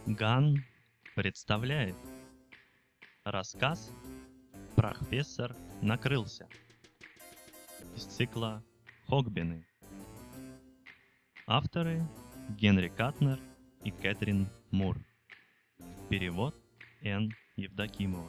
Ган представляет рассказ «Профессор накрылся» из цикла «Хогбины». Авторы Генри Катнер и Кэтрин Мур. Перевод Н. Евдокимова.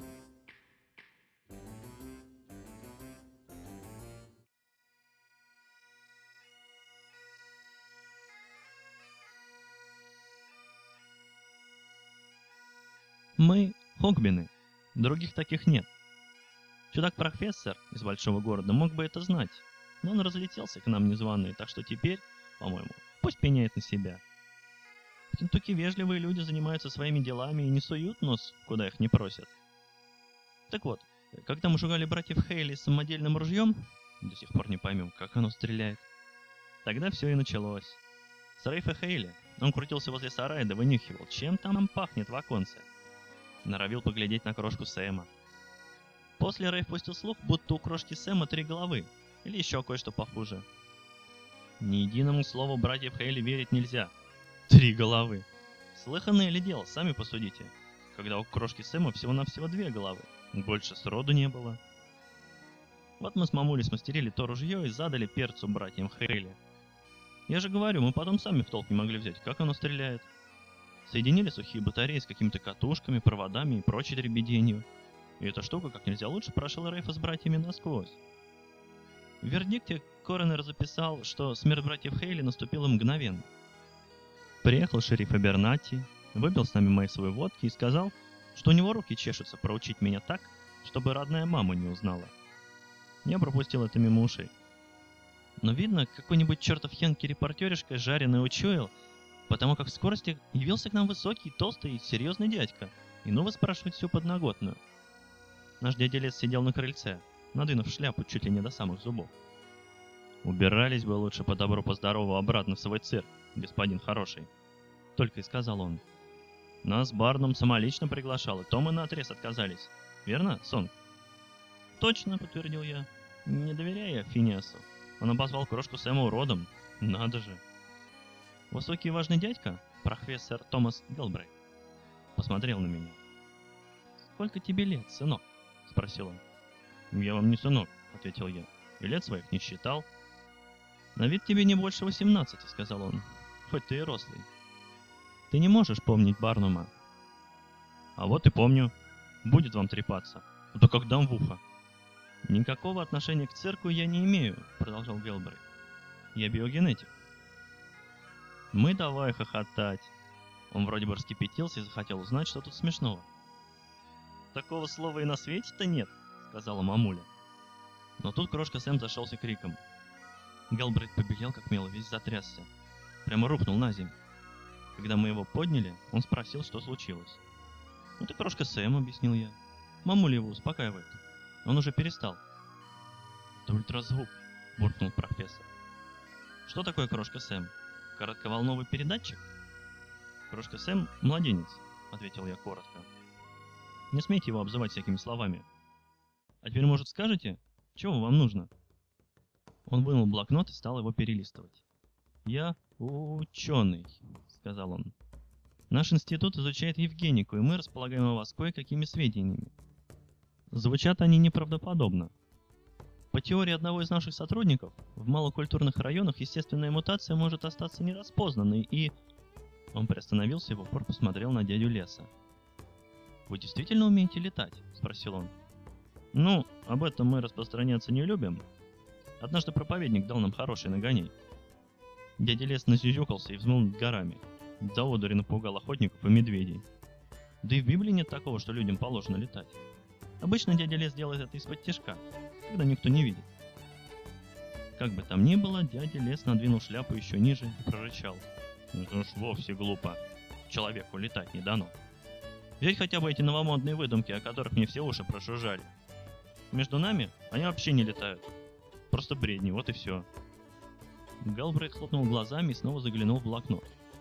Мы Хогбины. Других таких нет. Чудак-профессор из большого города мог бы это знать, но он разлетелся к нам незваный, так что теперь, по-моему, пусть пеняет на себя. В Кентукки вежливые люди занимаются своими делами и не суют нос, куда их не просят. Так вот, когда мы шугали братьев Хейли с самодельным ружьем, до сих пор не поймем, как оно стреляет, тогда все и началось. С Рейфа Хейли он крутился возле сарая да вынюхивал, чем там пахнет в оконце. Норовил поглядеть на крошку Сэма. После Рейф пустил слух, будто у крошки Сэма 3 головы, или еще кое-что похуже. Ни единому слову братьев Хейли верить нельзя. 3 головы. Слыханное ли дело, сами посудите, когда у крошки Сэма всего-навсего 2 головы, больше сроду не было. Вот мы с мамулей смастерили то ружье и задали перцу братьям Хейли. Я же говорю, мы потом сами в толк не могли взять, как оно стреляет. Соединили сухие батареи с какими-то катушками, проводами и прочей дребеденью. И эта штука как нельзя лучше прошила Рейфа с братьями насквозь. В вердикте коронер записал, что смерть братьев Хейли наступила мгновенно. Приехал шериф Абернати, выпил с нами майсовой водки и сказал, что у него руки чешутся проучить меня так, чтобы родная мама не узнала. Я пропустил это мимо ушей. Но видно, какой-нибудь чертов янки-репортеришка жареный учуял, потому как в скорости явился к нам высокий, толстый и серьезный дядька, и ну выспрашивать всю подноготную. Наш дядя Лес сидел на крыльце, надвинув шляпу чуть ли не до самых зубов. «Убирались бы лучше по добру, по здорову обратно в свой цирк, господин хороший», — только и сказал он. «Нас Барнум самолично приглашал, и то мы наотрез отказались. Верно, Сонг?» «Точно», — подтвердил я, не доверяя Финиасу. Он обозвал крошку Сэма уродом. Надо же. Высокий и важный дядька, профессор Томас Гелбрейт, посмотрел на меня. «Сколько тебе лет, сынок?» — спросил он. «Я вам не сынок», — ответил я, — «и лет своих не считал». «На вид тебе не больше 18, — сказал он, — хоть ты и рослый. Ты не можешь помнить Барнума». «А вот и помню. Будет вам трепаться. Да как дам в ухо». «Никакого отношения к цирку я не имею, — продолжал Гелбрейт. Я биогенетик». Мы давай хохотать. Он вроде бы раскипятился и захотел узнать, что тут смешного. «Такого слова и на свете-то нет, — сказала мамуля». Но тут крошка Сэм зашелся криком. Гелбрейт побелел, как мел, весь затрясся. Прямо рухнул на землю. Когда мы его подняли, он спросил, что случилось. «Ну ты крошка Сэм, — объяснил я. Мамуля его успокаивает. Он уже перестал». «Это ультразвук, — буркнул профессор. «Что такое крошка Сэм? Коротковолновый передатчик?» «Крошка Сэм — младенец, — ответил я коротко. Не смейте его обзывать всякими словами. А теперь, может, скажете, чего вам нужно?» Он вынул блокнот и стал его перелистывать. «Я ученый, — сказал он. Наш институт изучает евгенику, и мы располагаем о вас кое-какими сведениями. Звучат они неправдоподобно. По теории одного из наших сотрудников, в малокультурных районах естественная мутация может остаться нераспознанной и...» Он приостановился и в упор посмотрел на дядю Леса. «Вы действительно умеете летать?» — спросил он. «Ну, об этом мы распространяться не любим. Однажды проповедник дал нам хороший нагоняй». Дядя Лес насюзюкался и взмыл над горами. До одури напугал охотников и медведей. Да и в Библии нет такого, что людям положено летать. Обычно дядя Лес делает это из-под тишка, когда никто не видит. Как бы там ни было, дядя Лес надвинул шляпу еще ниже и прорычал. «Это уж вовсе глупо. Человеку летать не дано. Взять хотя бы эти новомодные выдумки, о которых мне все уши прожужжали. Между нами они вообще не летают. Просто бредни, вот и все». Гелбрейт хлопнул глазами и снова заглянул в блокнот.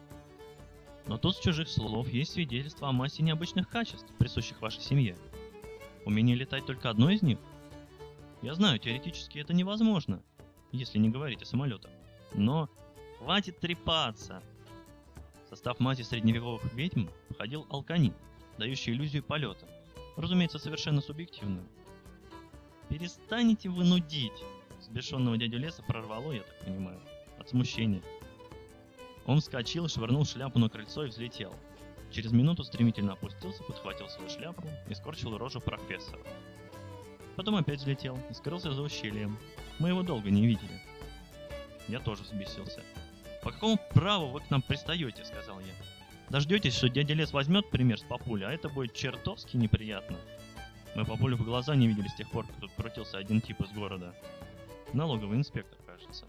«Но тут с чужих слов есть свидетельство о массе необычных качеств, присущих вашей семье. Умение летать только одно из них? Я знаю, теоретически это невозможно, если не говорить о самолетах. Но хватит трепаться. состав мази средневековых ведьм входил алканит, дающий иллюзию полета. Разумеется, совершенно субъективную. «Перестанете вы нудить!» Взбешенного дядю Леса прорвало, я так понимаю, от смущения. Он вскочил, швырнул шляпу на крыльцо и взлетел. Через минуту стремительно опустился, подхватил свою шляпу и скорчил рожу профессора. Потом опять взлетел и скрылся за ущельем. Мы его долго не видели. Я тоже взбесился. «По какому праву вы к нам пристаете?» — сказал я. «Дождетесь, что дядя Лес возьмет пример с папули, а это будет чертовски неприятно. Мы папулю в глаза не видели с тех пор, как тут крутился один тип из города. Налоговый инспектор, кажется».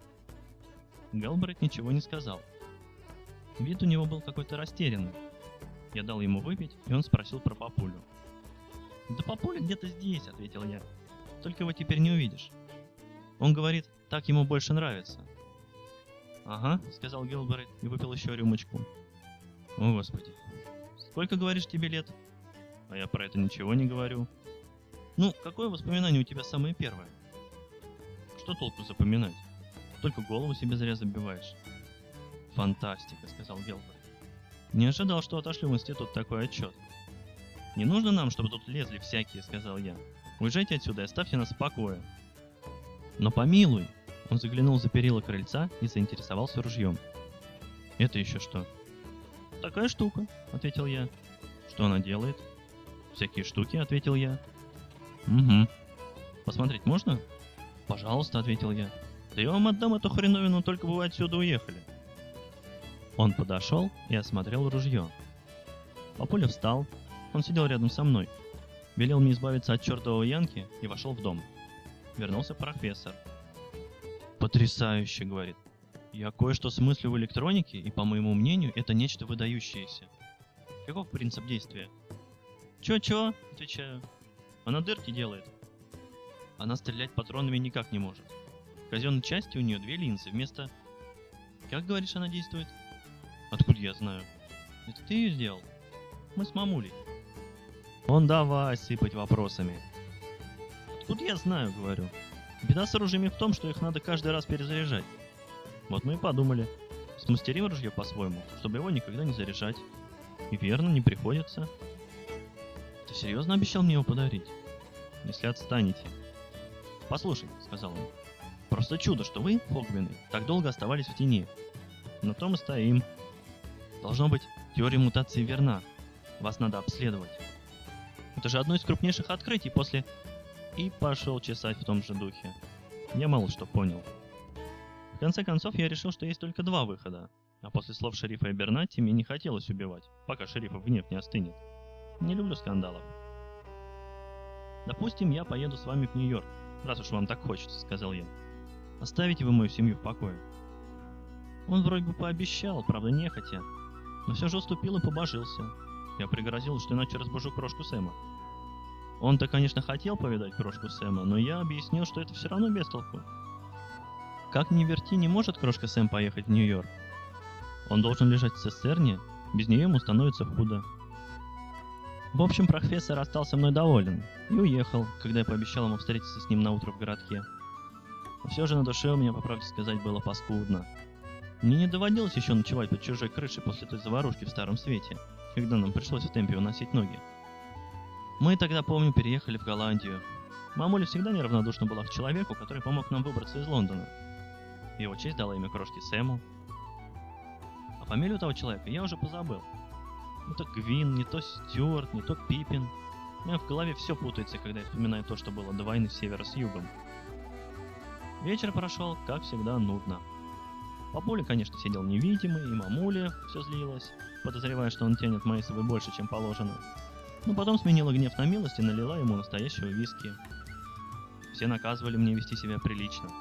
Гэлбрейт ничего не сказал. Вид у него был какой-то растерянный. Я дал ему выпить, и он спросил про папулю. «Да папуля где-то здесь», — ответил я. «Только его теперь не увидишь. Он говорит, так ему больше нравится». «Ага», — сказал Гилберт и выпил еще рюмочку. «О, Господи. Сколько, говоришь, тебе лет?» «А я про это ничего не говорю». «Ну, какое воспоминание у тебя самое первое?» «Что толку запоминать? Только голову себе зря забиваешь». «Фантастика», — сказал Гилберт. «Не ожидал, что отошлю в институт такой отчет». «Не нужно нам, чтобы тут лезли всякие», — сказал я. «Уезжайте отсюда и оставьте нас в покое». «Но помилуй!» Он заглянул за перила крыльца и заинтересовался ружьем. «Это еще что?» «Такая штука», — ответил я. «Что она делает?» «Всякие штуки», — ответил я. «Угу. Посмотреть можно?» «Пожалуйста», — ответил я. «Да я вам отдам эту хреновину, только бы вы отсюда уехали». Он подошел и осмотрел ружье. Папуля встал. Он сидел рядом со мной. Велел мне избавиться от чертового Янки и вошел в дом. Вернулся профессор. «Потрясающе», — говорит. «Я кое-что смыслю в электронике, и, по моему мнению, это нечто выдающееся». «Каков принцип действия?» «Чё-чё?» — отвечаю. «Она дырки делает». «Она стрелять патронами никак не может. В казенной части у нее 2 линзы вместо...» «Как, говоришь, она действует?» «Откуда я знаю?» «Это ты ее сделал?» «Мы с мамулей». «Он давай сыпать вопросами». «Откуда я знаю?» — говорю. «Беда с оружиями в том, что их надо каждый раз перезаряжать. Вот мы и подумали. Смастерим ружье по-своему, чтобы его никогда не заряжать. И верно, не приходится». «Ты серьезно обещал мне его подарить?» «Если отстанете». «Послушай», — сказал он. «Просто чудо, что вы, Хогбины, так долго оставались в тени. На том и стоим. Должно быть, теория мутации верна. Вас надо обследовать. Это же одно из крупнейших открытий после...» И пошел чесать в том же духе. Я мало что понял. В конце концов, я решил, что есть только 2 выхода. А после слов шерифа и Бернатти мне не хотелось убивать, пока шерифов гнев не остынет. Не люблю скандалов. «Допустим, я поеду с вами в Нью-Йорк, раз уж вам так хочется», — сказал я. «Оставите вы мою семью в покое». Он вроде бы пообещал, правда нехотя, но все же уступил и побожился. Я пригрозил, что иначе разбужу крошку Сэма. Он-то, конечно, хотел повидать крошку Сэма, но я объяснил, что это все равно без толку. Как ни верти, не может крошка Сэм поехать в Нью-Йорк. Он должен лежать в цистерне, без нее ему становится худо. В общем, профессор остался мной доволен и уехал, когда я пообещал ему встретиться с ним наутро в городке. Но все же на душе у меня, по правде сказать, было паскудно. Мне не доводилось еще ночевать под чужой крышей после той заварушки в Старом Свете, когда нам пришлось в темпе уносить ноги. Мы тогда, помню, переехали в Голландию. Мамуля всегда неравнодушна была к человеку, который помог нам выбраться из Лондона. Его честь дала имя крошке Сэму. А фамилию того человека я уже позабыл. Не то Гвин, не то Стюарт, не то Пиппин. У меня в голове все путается, когда я вспоминаю то, что было до войны севера с югом. Вечер прошел, как всегда, нудно. Папуля, конечно, сидел невидимый, и мамуля все злилась, подозревая, что он тянет Мейсовой больше, чем положено. Но потом сменила гнев на милость и налила ему настоящего виски. Все наказывали мне вести себя прилично.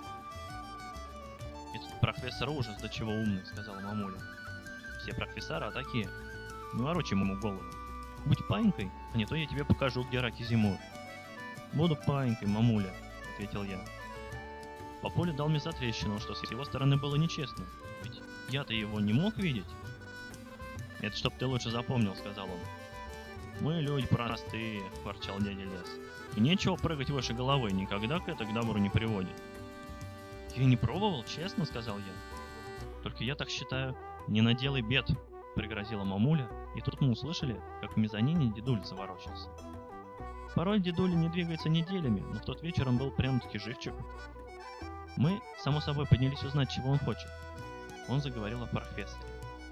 «Этот профессор ужас, до чего умный», — сказала мамуля. «Все профессора такие. Не ворочим ему голову. Будь паинькой, а не то я тебе покажу, где раки зимуют». «Буду паинькой, мамуля», — ответил я. Папуля дал мне затрещину, что с его стороны было нечестно. Ведь я-то его не мог видеть. «Это чтоб ты лучше запомнил», — сказал он. «Мы люди простые», — ворчал дядя Лес. «И нечего прыгать выше головы, никогда это к добру не приводит». «Я не пробовал, честно», — сказал я. «Только я так считаю, не наделай бед». пригрозила мамуля, и тут мы услышали, как в мезонине дедуль заворочился. Порой дедуля не двигается неделями, но в тот вечер он был прям-таки живчик. Мы, само собой, поднялись узнать, чего он хочет. Он заговорил о профессоре.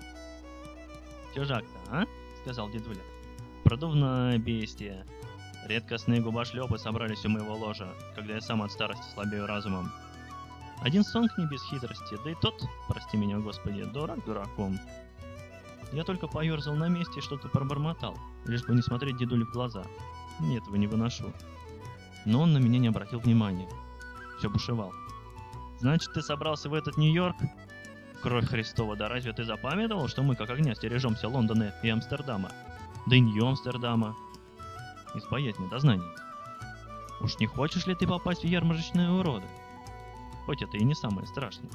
«Чужак-то, а?» — сказал дедуля. «Продувная бестия. Редкостные губошлепы собрались у моего ложа, когда я сам от старости слабею разумом. Один сонг не без хитрости, да и тот, прости меня, Господи, дурак дураком». Я только поерзал на месте и что-то пробормотал, лишь бы не смотреть дедуле в глаза. Нет, этого не выношу. Но он на меня не обратил внимания. Все бушевал. «Значит, ты собрался в этот Нью-Йорк? Кровь Христова, да разве ты запамятовал, что мы как огня стережемся Лондона и Амстердама? Да и Нью-Амстердама. Избоять недознаний. Уж не хочешь ли ты попасть в ярмарочные уроды? Хоть это и не самое страшное».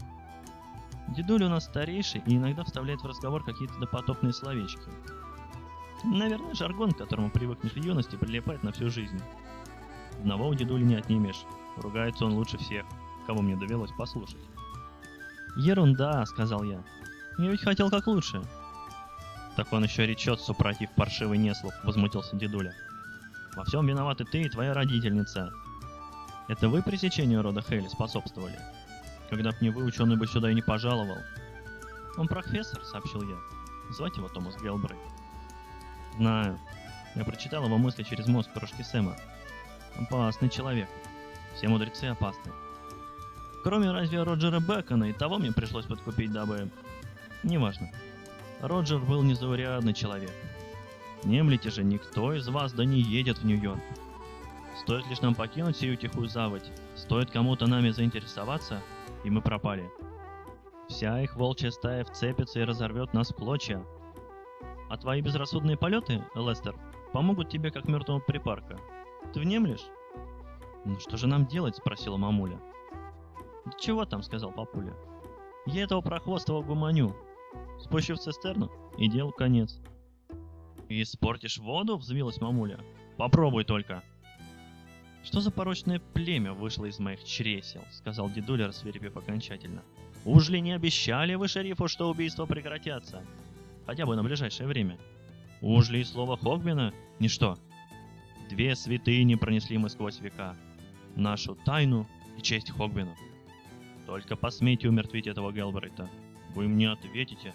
Дедуля у нас старейший и иногда вставляет в разговор какие-то допотопные словечки. Наверное, жаргон, к которому привыкнешь в юности, прилипает на всю жизнь. Одного у дедули не отнимешь. Ругается он лучше всех, кого мне довелось послушать. «Ерунда», — сказал я. «Я ведь хотел как лучше». «Так он еще речет, супротив паршивый неслух», — возмутился дедуля. «Во всем виноваты ты и твоя родительница. Это вы пресечению рода Хейли способствовали? Когда б не вы, ученый бы сюда и не пожаловал». «Он профессор», — сообщил я. «Звать его Томас Гелбрейт». «Знаю. Я прочитал его мысли через мозг кружки Сэма. Опасный человек. Все мудрецы опасны. Кроме разве Роджера Бэкона, и того мне пришлось подкупить, дабы... Неважно. Роджер был незаурядный человек. Немлите же, никто из вас да не едет в Нью-Йорк. Стоит лишь нам покинуть сию тихую заводь, стоит кому-то нами заинтересоваться, и мы пропали. Вся их волчья стая вцепится и разорвет нас в клочья. А твои безрассудные полеты, Лестер, помогут тебе как мертвому припарка. Ты внемлешь?» «Ну что же нам делать?» — спросила мамуля. «Да чего там?» — сказал папуля. «Я этого прохвоста угомоню. Спущу в цистерну, и делу конец». «И испортишь воду?» — взвилась мамуля. «Попробуй только». «Что за порочное племя вышло из моих чресел?» — сказал дедуля, рассвирепев окончательно. «Уж ли не обещали вы шерифу, что убийства прекратятся? Хотя бы на ближайшее время. Уж ли и слово Хогбина — ничто? 2 святыни пронесли мы сквозь века. Нашу тайну и честь Хогбинов. Только посмейте умертвить этого Гелбрейта. Вы мне ответите».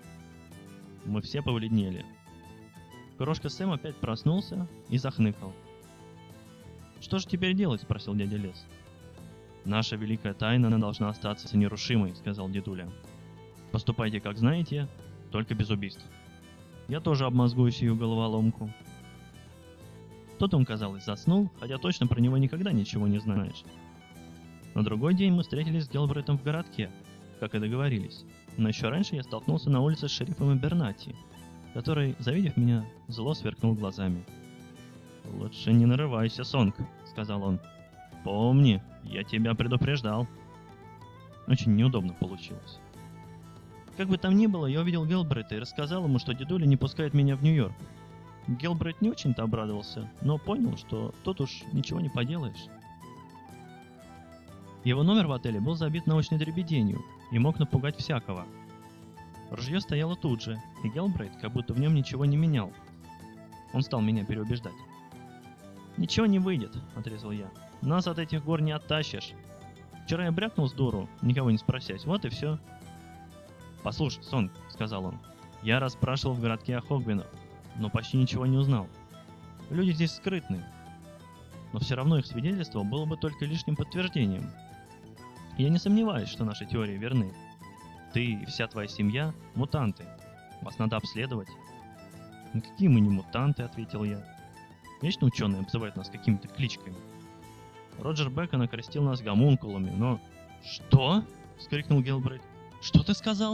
Мы все побледнели. Крошка Сэм опять проснулся и захныкал. «Что же теперь делать?» — спросил дядя Лес. «Наша великая тайна, она должна остаться нерушимой», — сказал дедуля. «Поступайте, как знаете, только без убийств. Я тоже обмозгую сию головоломку». Тут он, казалось, заснул, хотя точно про него никогда ничего не знаешь. На другой день мы встретились с Гелбрейтом в городке, как и договорились. Но еще раньше я столкнулся на улице с шерифом Бернати, который, завидев меня, зло сверкнул глазами. «Лучше не нарывайся, Сонг», — сказал он. «Помни, я тебя предупреждал». Очень неудобно получилось. Как бы там ни было, я увидел Гелбрейта и рассказал ему, что дедуля не пускает меня в Нью-Йорк. Гелбрейт не очень-то обрадовался, но понял, что тут уж ничего не поделаешь. Его номер в отеле был забит научной дребеденью и мог напугать всякого. Ружье стояло тут же, и Гелбрейт как будто в нем ничего не менял. Он стал меня переубеждать. «Ничего не выйдет», — отрезал я. «Нас от этих гор не оттащишь. Вчера я брякнул с дуру, никого не спросясь, вот и все». «Послушай, Сонг», — сказал он, — «я расспрашивал в городке о Хогбинах, но почти ничего не узнал. Люди здесь скрытные, но все равно их свидетельство было бы только лишним подтверждением. Я не сомневаюсь, что наши теории верны. Ты и вся твоя семья — мутанты. Вас надо обследовать». «Какие мы не мутанты», — ответил я. «Вечно ученые обзывают нас какими-то кличками. Роджер Бэкон окрестил нас гомункулами, но...» «Что?» — вскрикнул Гелбрейт. «Что ты сказал?»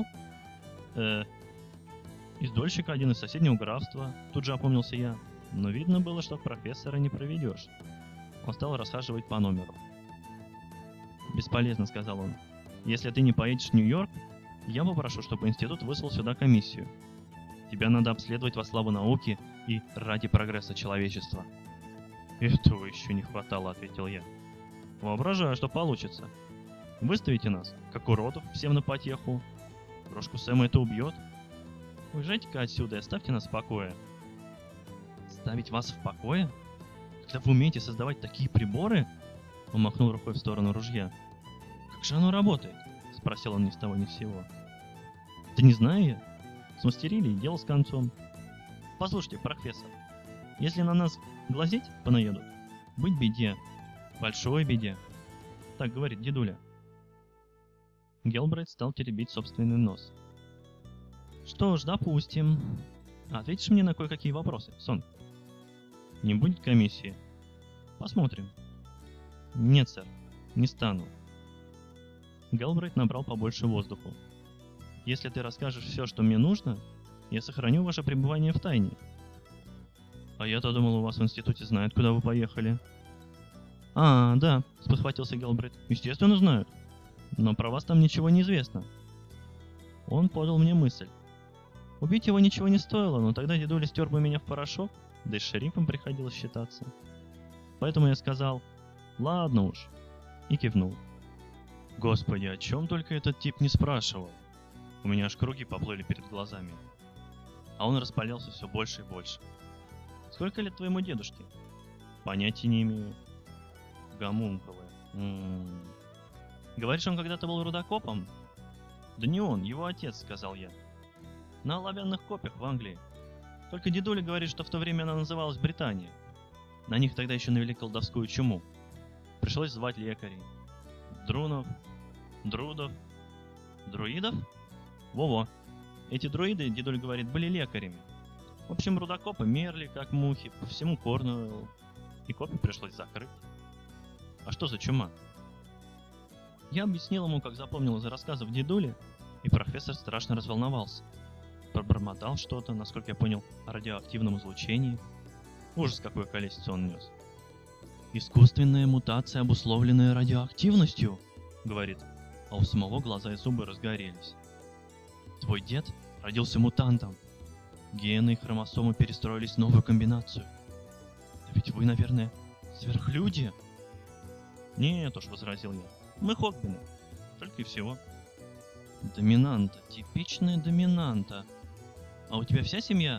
«Издольщик один из соседнего графства», — тут же опомнился я. Но видно было, что профессора не проведешь. Он стал расхаживать по номеру. «Бесполезно», — сказал он. «Если ты не поедешь в Нью-Йорк, я попрошу, чтобы институт выслал сюда комиссию. Тебя надо обследовать во славу науки и ради прогресса человечества». «Этого еще не хватало», — ответил я. «Воображаю, что получится. Выставите нас, как уродов, всем на потеху. Крошку Сэма это убьет. Уезжайте-ка отсюда и оставьте нас в покое. Ставить вас в покое? Когда вы умеете создавать такие приборы? Он махнул рукой в сторону ружья. Как же оно работает? Спросил он ни с того ни с сего. Да не знаю я. Смастерили и дело с концом. Послушайте, профессор, если на нас глазеть понаедут, быть беде, большой беде. Так говорит дедуля. Гелбрейт стал теребить собственный нос. Что ж, допустим. Ответишь мне на кое-какие вопросы, Сон? Не будет комиссии? Посмотрим. Нет, сэр, не стану. Гелбрейт набрал побольше воздуху. Если ты расскажешь все, что мне нужно, я сохраню ваше пребывание в тайне. А я-то думал, у вас в институте знают, куда вы поехали. А, да, спохватился Гелбрейт. Естественно, знают. Но про вас там ничего не известно. Он подал мне мысль. Убить его ничего не стоило, но тогда дедуля стер бы меня в порошок, да и с шерифом приходилось считаться. Поэтому я сказал, ладно уж, и кивнул. Господи, о чем только этот тип не спрашивал. У меня аж круги поплыли перед глазами. А он распалялся все больше и больше. Сколько лет твоему дедушке? Понятия не имею. Гомункулы. Говоришь, он когда-то был рудокопом? Да не он, его отец, сказал я. На оловянных копьях в Англии. Только дедуля говорит, что в то время она называлась Британия. На них тогда еще навели колдовскую чуму. Пришлось звать лекарей. Друнов, Друдов, друидов? Во-во. Эти друиды, дедуля говорит, были лекарями. В общем, рудокопы мерли, как мухи, по всему Корнуэллу. И копья пришлось закрыть. А что за чума? Я объяснил ему, как запомнил из рассказов дедули, и профессор страшно разволновался. Пробормотал что-то, насколько я понял, о радиоактивном излучении. Ужас, какую колесицу он нес. «Искусственная мутация, обусловленная радиоактивностью», — говорит, а у самого глаза и зубы разгорелись. «Твой дед родился мутантом. Гены и хромосомы перестроились в новую комбинацию. Да ведь вы, наверное, сверхлюди?» «Нет уж», — возразил я, — «мы хогбины, только и всего». «Доминанта, типичная доминанта. А у тебя вся семья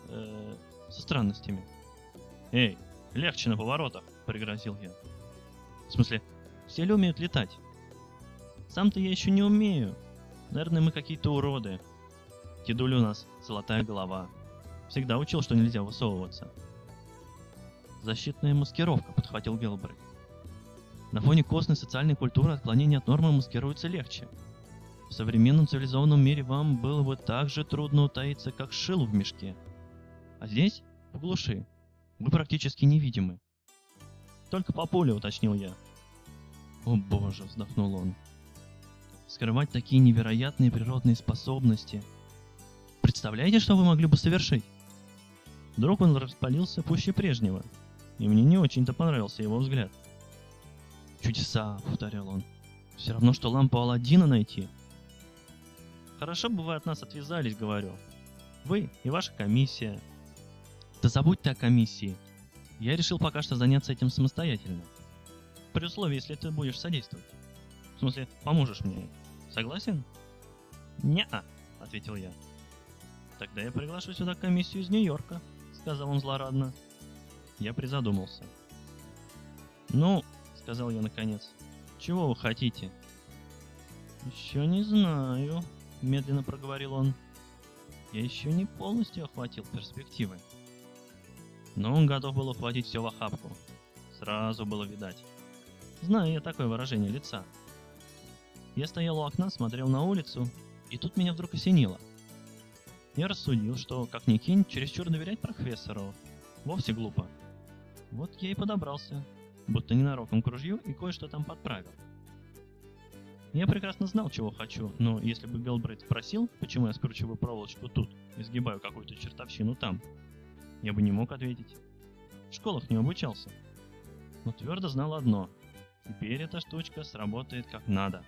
со странностями?» «Эй, легче на поворотах», — пригрозил я. «В смысле, все ли умеют летать?» «Сам-то я еще не умею. Наверное, мы какие-то уроды. Дедуля у нас золотая голова. Всегда учил, что нельзя высовываться». «Защитная маскировка», — подхватил Гелбрейт. «На фоне костной социальной культуры отклонения от нормы маскируются легче. В современном цивилизованном мире вам было бы так же трудно утаиться, как шилу в мешке. А здесь, в глуши, вы практически невидимы». «Только по пуле», — уточнил я. «О боже», — вздохнул он. «Скрывать такие невероятные природные способности. Представляете, что вы могли бы совершить?» Вдруг он распалился пуще прежнего, и мне не очень-то понравился его взгляд. «Чудеса», — повторял он. «Все равно, что лампу Аладдина найти». «Хорошо бы вы от нас отвязались», — говорю. «Вы и ваша комиссия». «Да забудь ты о комиссии. Я решил пока что заняться этим самостоятельно. При условии, если ты будешь содействовать. В смысле, поможешь мне. Согласен?» «Не-а», — ответил я. «Тогда я приглашу сюда комиссию из Нью-Йорка», — сказал он злорадно. Я призадумался. «Ну», — сказал я наконец, — «чего вы хотите?» «Еще не знаю», — медленно проговорил он. «Я еще не полностью охватил перспективы». Но он готов был ухватить все в охапку. Сразу было видать. Знаю я такое выражение лица. Я стоял у окна, смотрел на улицу, и тут меня вдруг осенило. Я рассудил, что, как ни кинь, чересчур доверять профессору вовсе глупо. Вот я и подобрался, будто ненароком к ружью, и кое-что там подправил. Я прекрасно знал, чего хочу, но если бы Гелбрейт спросил, почему я скручиваю проволочку тут и сгибаю какую-то чертовщину там, я бы не мог ответить. В школах не обучался. Но твердо знал одно. Теперь эта штучка сработает как надо.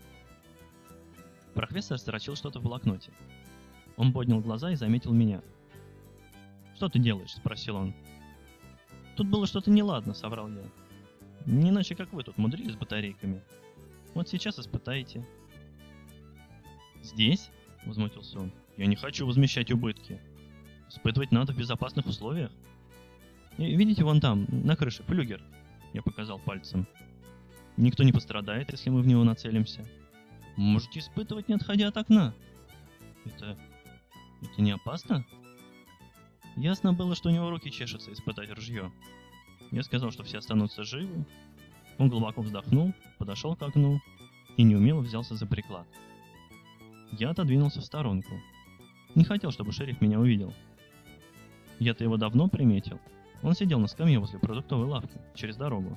Профессор строчил что-то в блокноте. Он поднял глаза и заметил меня. «Что ты делаешь?» — спросил он. «Тут было что-то неладно», — соврал я. «Не иначе, как вы тут мудрили с батарейками. Вот сейчас испытаете». «Здесь?» — возмутился он. Я не хочу возмещать убытки. Испытывать надо в безопасных условиях. И видите, вон там, на крыше, флюгер. Я показал пальцем. Никто не пострадает, если мы в него нацелимся. Можете испытывать, не отходя от окна. Это не опасно? Ясно было, что у него руки чешутся испытать ружье. Я сказал, что все останутся живы. Он глубоко вздохнул, подошел к окну и неумело взялся за приклад. Я отодвинулся в сторонку. Не хотел, чтобы шериф меня увидел. Я-то его давно приметил. Он сидел на скамье возле продуктовой лавки, через дорогу.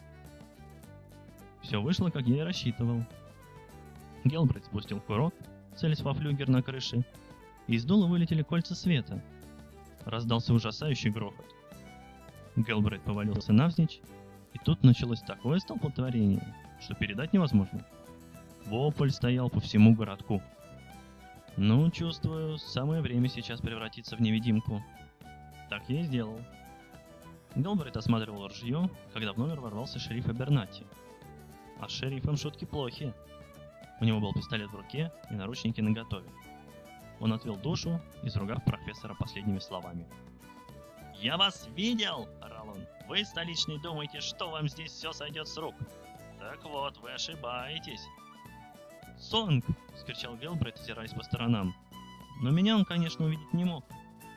Все вышло, как я и рассчитывал. Гелбрейт спустил курок, целясь во флюгер на крыше, и из дула вылетели кольца света. Раздался ужасающий грохот. Гелбрейт повалился навзничь, и тут началось такое столпотворение, что передать невозможно. Вопль стоял по всему городку. Ну, чувствую, самое время сейчас превратиться в невидимку. Так я и сделал. Гелбрейт осматривал ружье, когда в номер ворвался шериф Абернати. А с шерифом шутки плохи. У него был пистолет в руке и наручники наготове. Он отвел душу, изругав профессора последними словами. «Я вас видел!» – орал он. «Вы, столичный, думаете, что вам здесь все сойдет с рук? Так вот, вы ошибаетесь!» «Сонг!» – вскричал Гелбрейт, озираясь по сторонам. Но меня он, конечно, увидеть не мог.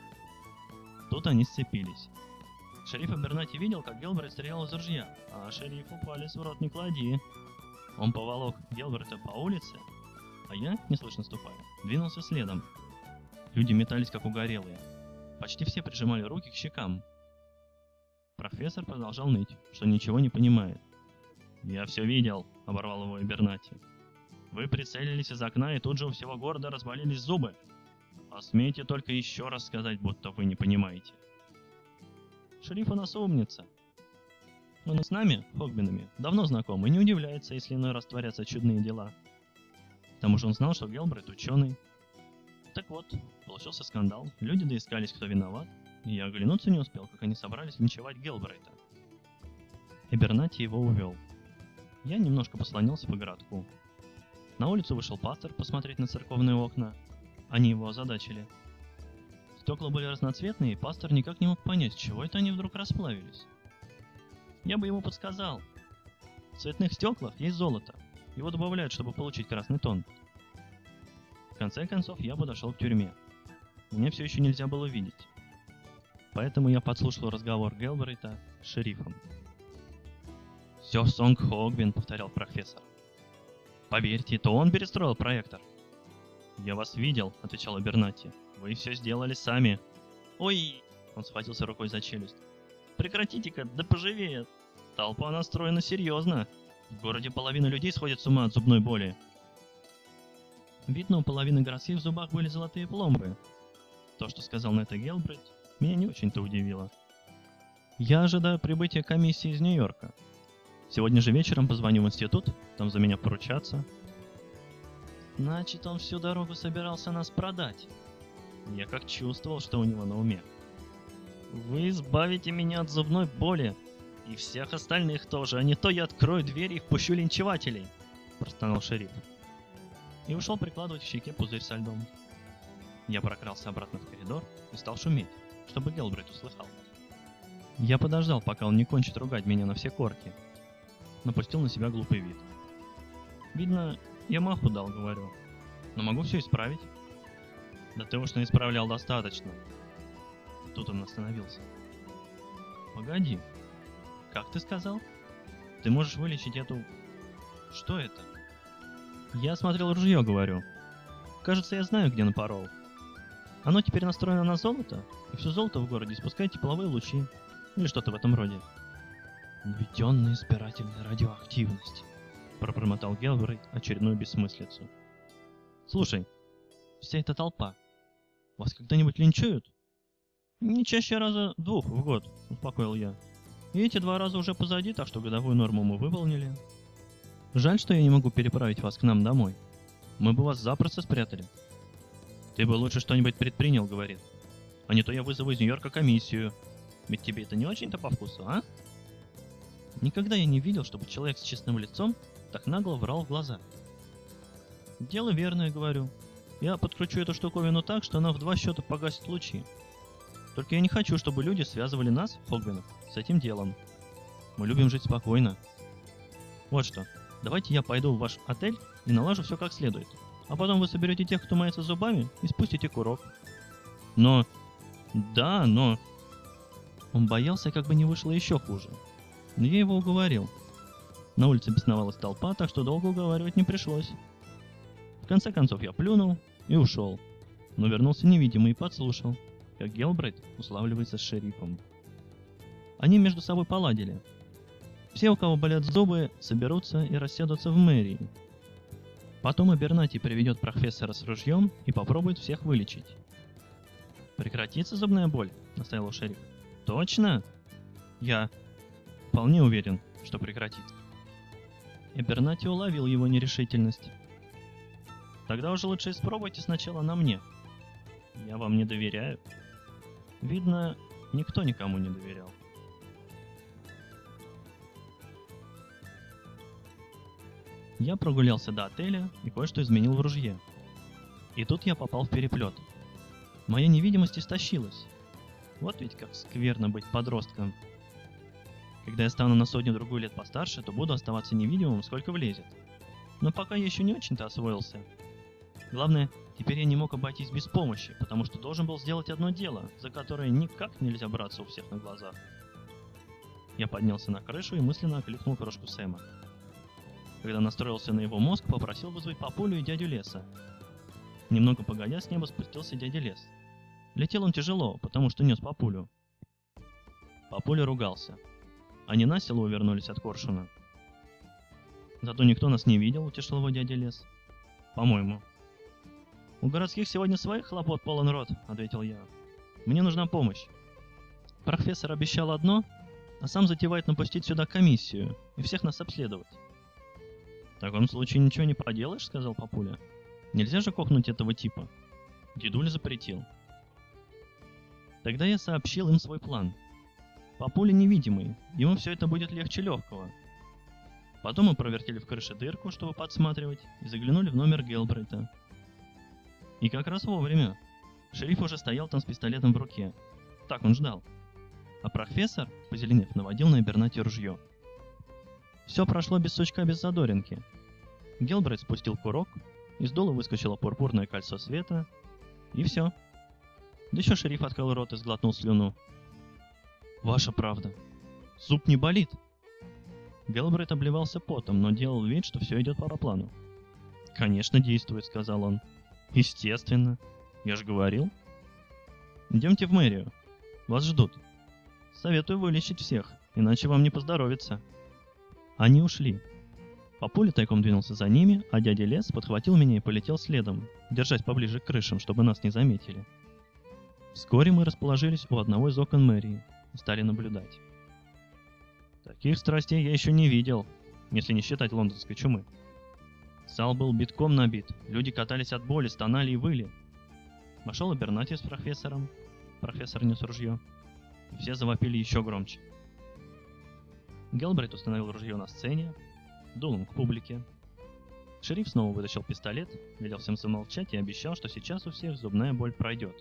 Тут они сцепились. Шериф Абернати видел, как Гелбрейт стрелял из ружья, а шерифу палец в рот не клади. Он поволок Гелбрейта по улице, а я, неслышно ступая, двинулся следом. Люди метались, как угорелые. Почти все прижимали руки к щекам. Профессор продолжал ныть, что ничего не понимает. «Я все видел», — оборвал его Абернати. «Вы прицелились из окна, и тут же у всего города разболелись зубы. Посмейте только еще раз сказать, будто вы не понимаете». Шериф у нас умница. Он с нами, Хогбинами, давно знаком и не удивляется, если иной раз творятся чудные дела. К тому же он знал, что Гелбрейт ученый. Так вот, получился скандал, люди доискались, кто виноват, и я оглянуться не успел, как они собрались линчевать Гелбрейта. Абернати его увел. Я немножко послонился по городку. На улицу вышел пастор посмотреть на церковные окна. Они его озадачили. Стекла были разноцветные, и пастор никак не мог понять, с чего это они вдруг расплавились. Я бы ему подсказал. В цветных стеклах есть золото. Его добавляют, чтобы получить красный тон. В конце концов, я подошел к тюрьме. Меня все еще нельзя было видеть. Поэтому я подслушал разговор Гелбрейта с шерифом. «Все Сонг Хогбин», — повторял профессор. «Поверьте, это он перестроил проектор». «Я вас видел», — отвечал Абернати. «Вы все сделали сами». «Ой!» — он схватился рукой за челюсть. «Прекратите-ка, да поживее! Толпа настроена серьезно. В городе половина людей сходит с ума от зубной боли». Видно, у половины городских в зубах были золотые пломбы. То, что сказал на это Гелбрейт, меня не очень-то удивило. Я ожидаю прибытия комиссии из Нью-Йорка. Сегодня же вечером позвоню в институт, там за меня поручатся. Значит, он всю дорогу собирался нас продать. Я как чувствовал, что у него на уме. «Вы избавите меня от зубной боли. И всех остальных тоже, а не то я открою дверь и впущу линчевателей», — простонал шериф. И ушел прикладывать в щеке пузырь со льдом. Я прокрался обратно в коридор и стал шуметь, чтобы Гелбрейт услыхал. Я подождал, пока он не кончит ругать меня на все корки. Напустил на себя глупый вид. Видно, я маху дал, говорю. Но могу все исправить. Да ты уж не исправлял достаточно. Тут он остановился. Погоди. Как ты сказал? Ты можешь вылечить эту... Что это? Я осмотрел ружье, говорю. Кажется, я знаю, где напорол. Оно теперь настроено на золото, и все золото в городе испускает тепловые лучи. Или что-то в этом роде. Введенная избирательная радиоактивность. Пробормотал Гелбрейт очередную бессмыслицу. Слушай, вся эта толпа. Вас когда-нибудь линчуют? Не чаще раза 2 в год, успокоил я. И эти 2 раза уже позади, так что годовую норму мы выполнили. Жаль, что я не могу переправить вас к нам домой. Мы бы вас запросто спрятали. Ты бы лучше что-нибудь предпринял, говорит. А не то я вызову из Нью-Йорка комиссию. Ведь тебе это не очень-то по вкусу, а? Никогда я не видел, чтобы человек с честным лицом так нагло врал в глаза. Дело верное, говорю. Я подкручу эту штуковину так, что она в 2 счета погасит лучи. Только я не хочу, чтобы люди связывали нас, Хогбинов, с этим делом. Мы любим жить спокойно. Вот что, давайте я пойду в ваш отель и налажу все как следует. А потом вы соберете тех, кто мается зубами, и спустите курок. Но... Да, но... Он боялся, как бы не вышло еще хуже. Но я его уговорил. На улице бесновалась толпа, так что долго уговаривать не пришлось. В конце концов я плюнул и ушел. Но вернулся невидимый и подслушал, как Гелбрейт уславливается с шерифом. Они между собой поладили. Все, у кого болят зубы, соберутся и рассядутся в мэрии. Потом Абернати приведет профессора с ружьем и попробует всех вылечить. «Прекратится зубная боль?» — настаивал шериф. «Точно?» «Я вполне уверен, что прекратится». Абернати уловил его нерешительность. «Тогда уже лучше испробуйте сначала на мне. Я вам не доверяю». Видно, никто никому не доверял. Я прогулялся до отеля и кое-что изменил в ружье. И тут я попал в переплет. Моя невидимость истощилась. Вот ведь как скверно быть подростком. Когда я стану на 100-другую лет постарше, то буду оставаться невидимым, сколько влезет. Но пока я еще не очень-то освоился. Главное, теперь я не мог обойтись без помощи, потому что должен был сделать одно дело, за которое никак нельзя браться у всех на глазах. Я поднялся на крышу и мысленно окликнул крошку Сэма. Когда настроился на его мозг, попросил вызвать папулю и дядю Леса. Немного погодя, с неба спустился дядя Лес. Летел он тяжело, потому что нес папулю. Папуля ругался. Они насилу увернулись от коршуна. Зато никто нас не видел, утешил его дядя Лес. По-моему. У городских сегодня своих хлопот полон рот, ответил я. Мне нужна помощь. Профессор обещал одно, а сам затевает напустить сюда комиссию и всех нас обследовать. В таком случае ничего не поделаешь, сказал папуля. Нельзя же кокнуть этого типа. Дедуля запретил. Тогда я сообщил им свой план. Папуля невидимый, ему все это будет легче легкого. Потом мы провертели в крыше дырку, чтобы подсматривать, и заглянули в номер Гелбрейта. И как раз вовремя. Шериф уже стоял там с пистолетом в руке. Так он ждал. А профессор, позеленев, наводил на Абернати ружье. Все прошло без сучка, без задоринки. Гелбрейт спустил курок, из дула выскочило пурпурное кольцо света, и все. Да еще шериф открыл рот и сглотнул слюну. «Ваша правда. Зуб не болит». Гелбрейт обливался потом, но делал вид, что все идет по плану. «Конечно действует», — сказал он. «Естественно. Я же говорил». «Идемте в мэрию. Вас ждут. Советую вылечить всех, иначе вам не поздоровится». Они ушли. Папуля тайком двинулся за ними, а дядя Лес подхватил меня и полетел следом, держась поближе к крышам, чтобы нас не заметили. Вскоре мы расположились у одного из окон мэрии и стали наблюдать. Таких страстей я еще не видел, если не считать лондонской чумы. Зал был битком набит, люди катались от боли, стонали и выли. Вошел Абернати с профессором, профессор нес ружье, и все завопили еще громче. Гелбрейт установил ружье на сцене, дул им к публике. Шериф снова вытащил пистолет, велел всем замолчать и обещал, что сейчас у всех зубная боль пройдет.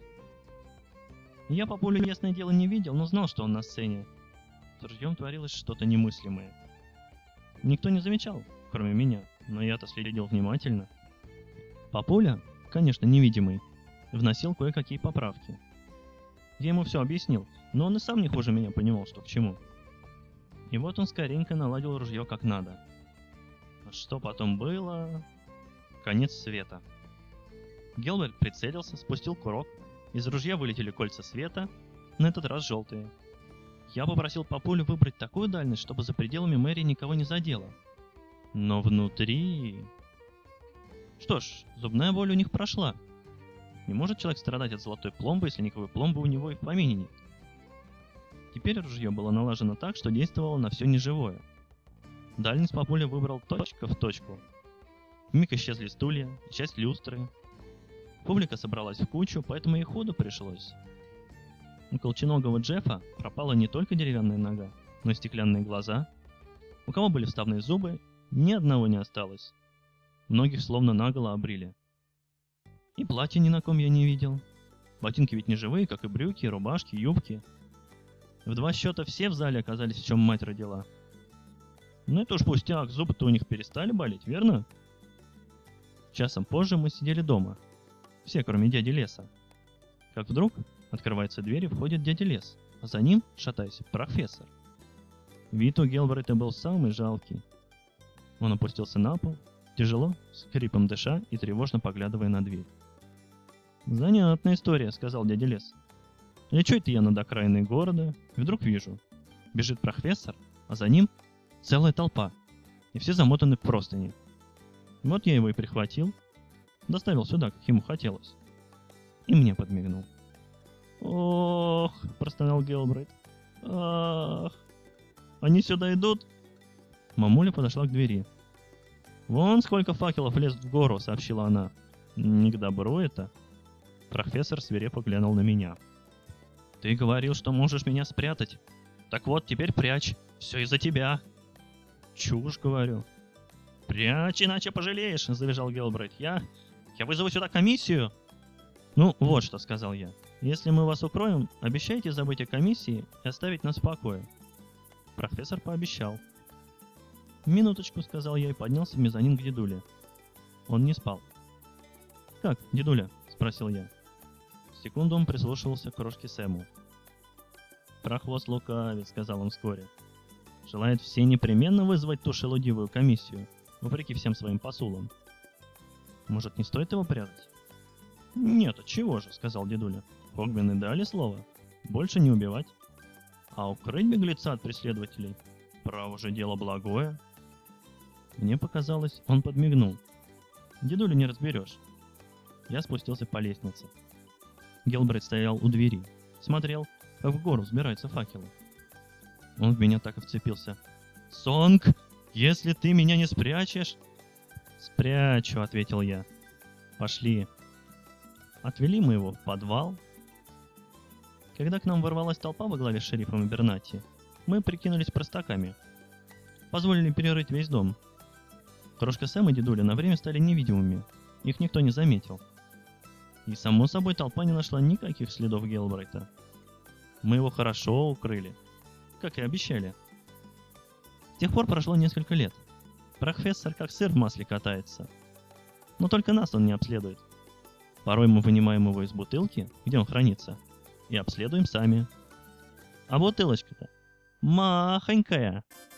Я папулю, ясное дело, не видел, но знал, что он на сцене. С ружьем творилось что-то немыслимое. Никто не замечал, кроме меня, но я-то следил внимательно. Папуля, конечно, невидимый, вносил кое-какие поправки. Я ему все объяснил, но он и сам не хуже меня понимал, что к чему. И вот он скоренько наладил ружье как надо. А что потом было? Конец света. Гелберт прицелился, спустил курок. Из ружья вылетели кольца света, на этот раз желтые. Я попросил папулю выбрать такую дальность, чтобы за пределами мэрии никого не задело. Но внутри... Что ж, зубная боль у них прошла. Не может человек страдать от золотой пломбы, если никакой пломбы у него и в помине нет. Теперь ружье было налажено так, что действовало на все неживое. Дальность папуля выбрал точка в точку. Вмиг исчезли стулья, часть люстры. Публика собралась в кучу, поэтому и ходу пришлось. У колченогого Джеффа пропала не только деревянная нога, но и стеклянные глаза. У кого были вставные зубы, ни одного не осталось. Многих словно наголо обрили. И платья ни на ком я не видел. Ботинки ведь не живые, как и брюки, рубашки, юбки. В 2 счета все в зале оказались, в чем мать родила. Ну это уж пустяк, зубы-то у них перестали болеть, верно? Часом позже мы сидели дома. Все, кроме дяди Леса. Как вдруг открывается дверь и входит дядя Лес, а за ним, шатаясь, профессор. Вид у Гелбрейта был самый жалкий. Он опустился на пол, тяжело, с хрипом дыша и тревожно поглядывая на дверь. «Занятная история», — сказал дядя Лес. «Лечу это я над окраиной города, и вдруг вижу. Бежит профессор, а за ним целая толпа, и все замотаны в простыни. Вот я его и прихватил, доставил сюда, как ему хотелось. И мне подмигнул». «Ох», — простонал Гелбрейт. «Ах, они сюда идут?» Мамуля подошла к двери. «Вон сколько факелов лезет в гору», — сообщила она. «Не к добру это». Профессор свирепо глянул на меня. «Ты говорил, что можешь меня спрятать. Так вот, теперь прячь. Все из-за тебя». «Чушь, говорю». «Прячь, иначе пожалеешь», — завизжал Гелбрейт. «Я вызову сюда комиссию». «Ну, вот что», — сказал я. «Если мы вас укроем, обещайте забыть о комиссии и оставить нас в покое». Профессор пообещал. «Минуточку», — сказал я и поднялся в мезонин к дедуле. Он не спал. «Как, дедуля?» — спросил я. Секунду он прислушивался к крошке Сэму. «Прохвост лукавит», — сказал он вскоре. «Желает все непременно вызвать ту шелудивую комиссию, вопреки всем своим посулам. Может, не стоит его прятать?» «Нет, отчего же», — сказал дедуля. «Хогбины дали слово. Больше не убивать. А укрыть беглеца от преследователей — право же дело благое». Мне показалось, он подмигнул. Дедулю не разберешь. Я спустился по лестнице. Гелбрейт стоял у двери, смотрел, как в гору взбираются факелы. Он в меня так и вцепился. «Сонг, если ты меня не спрячешь...» «Спрячу», — ответил я. «Пошли». Отвели мы его в подвал. Когда к нам ворвалась толпа во главе с шерифом Абернати, мы прикинулись простаками. Позволили перерыть весь дом. Крошка Сэм и дедуля на время стали невидимыми. Их никто не заметил. И, само собой, толпа не нашла никаких следов Гелбрейта. Мы его хорошо укрыли, как и обещали. С тех пор прошло несколько лет. Профессор как сыр в масле катается. Но только нас он не обследует. Порой мы вынимаем его из бутылки, где он хранится, и обследуем сами. А бутылочка-то махонькая.